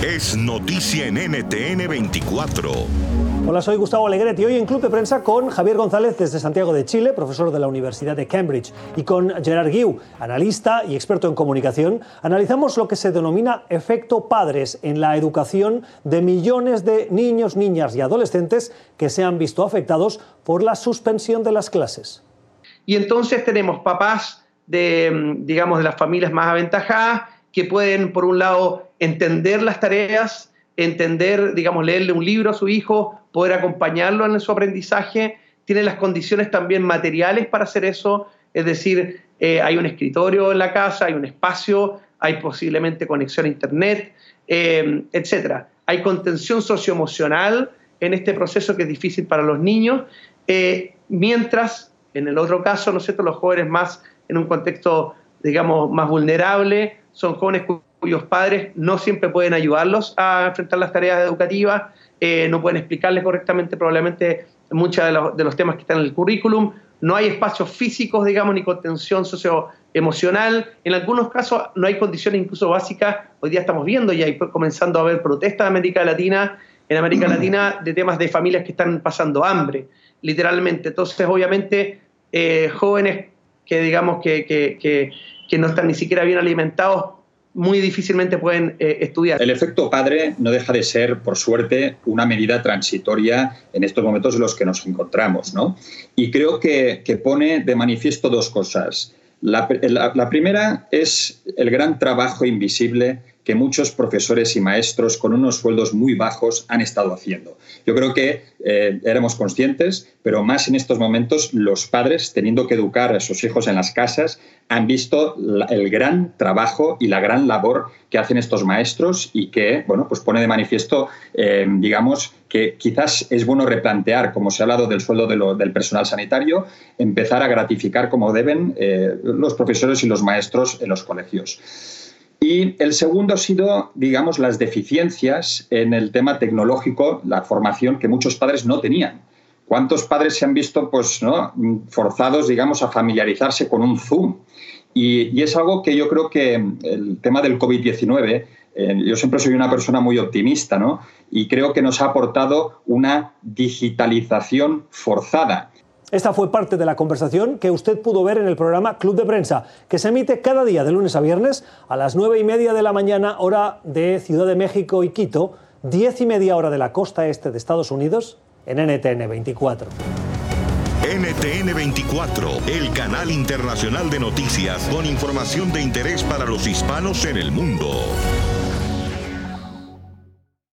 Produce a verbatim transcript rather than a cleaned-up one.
Es noticia en N T N veinticuatro. Hola, soy Gustavo Alegret y hoy en Club de Prensa con Javier González desde Santiago de Chile, profesor de la Universidad de Cambridge, y con Gerard Guiu, analista y experto en comunicación, analizamos lo que se denomina efecto padres en la educación de millones de niños, niñas y adolescentes que se han visto afectados por la suspensión de las clases. Y entonces tenemos papás de, digamos, de las familias más aventajadas que pueden, por un lado, entender las tareas, entender, digamos, leerle un libro a su hijo, poder acompañarlo en su aprendizaje, tienen las condiciones también materiales para hacer eso, es decir, eh, hay un escritorio en la casa, hay un espacio, hay posiblemente conexión a internet, eh, etcétera. Hay contención socioemocional en este proceso que es difícil para los niños, eh, mientras, en el otro caso, ¿no es cierto?, los jóvenes más en un contexto, digamos, más vulnerable, son jóvenes cuyos padres no siempre pueden ayudarlos a enfrentar las tareas educativas, eh, no pueden explicarles correctamente probablemente muchos de los, de los temas que están en el currículum, no hay espacios físicos, digamos, ni contención socioemocional, en algunos casos no hay condiciones incluso básicas, hoy día estamos viendo ya y comenzando a haber protestas en América Latina, en América Latina de temas de familias que están pasando hambre, literalmente. Entonces, obviamente, eh, jóvenes que digamos que, que, que, que no están ni siquiera bien alimentados, muy difícilmente pueden eh, estudiar. El efecto padre no deja de ser, por suerte, una medida transitoria en estos momentos en los que nos encontramos, ¿no? Y creo que, que pone de manifiesto dos cosas. La, la, la primera es el gran trabajo invisible que muchos profesores y maestros con unos sueldos muy bajos han estado haciendo. Yo creo que eh, éramos conscientes, pero más en estos momentos los padres, teniendo que educar a sus hijos en las casas, han visto la, el gran trabajo y la gran labor que hacen estos maestros y que, bueno, pues pone de manifiesto, eh, digamos, que quizás es bueno replantear, como se ha hablado del sueldo de lo, del personal sanitario, empezar a gratificar como deben eh, los profesores y los maestros en los colegios. Y el segundo ha sido, digamos, las deficiencias en el tema tecnológico, la formación que muchos padres no tenían. ¿Cuántos padres se han visto, pues, ¿no?, forzados, digamos, a familiarizarse con un Zoom? Y, y es algo que yo creo que el tema del COVID diecinueve, eh, yo siempre soy una persona muy optimista, ¿no?, y creo que nos ha aportado una digitalización forzada. Esta fue parte de la conversación que usted pudo ver en el programa Club de Prensa, que se emite cada día de lunes a viernes a las nueve y media de la mañana, hora de Ciudad de México y Quito, diez y media hora de la costa este de Estados Unidos, en N T N veinticuatro. N T N veinticuatro, el canal internacional de noticias con información de interés para los hispanos en el mundo.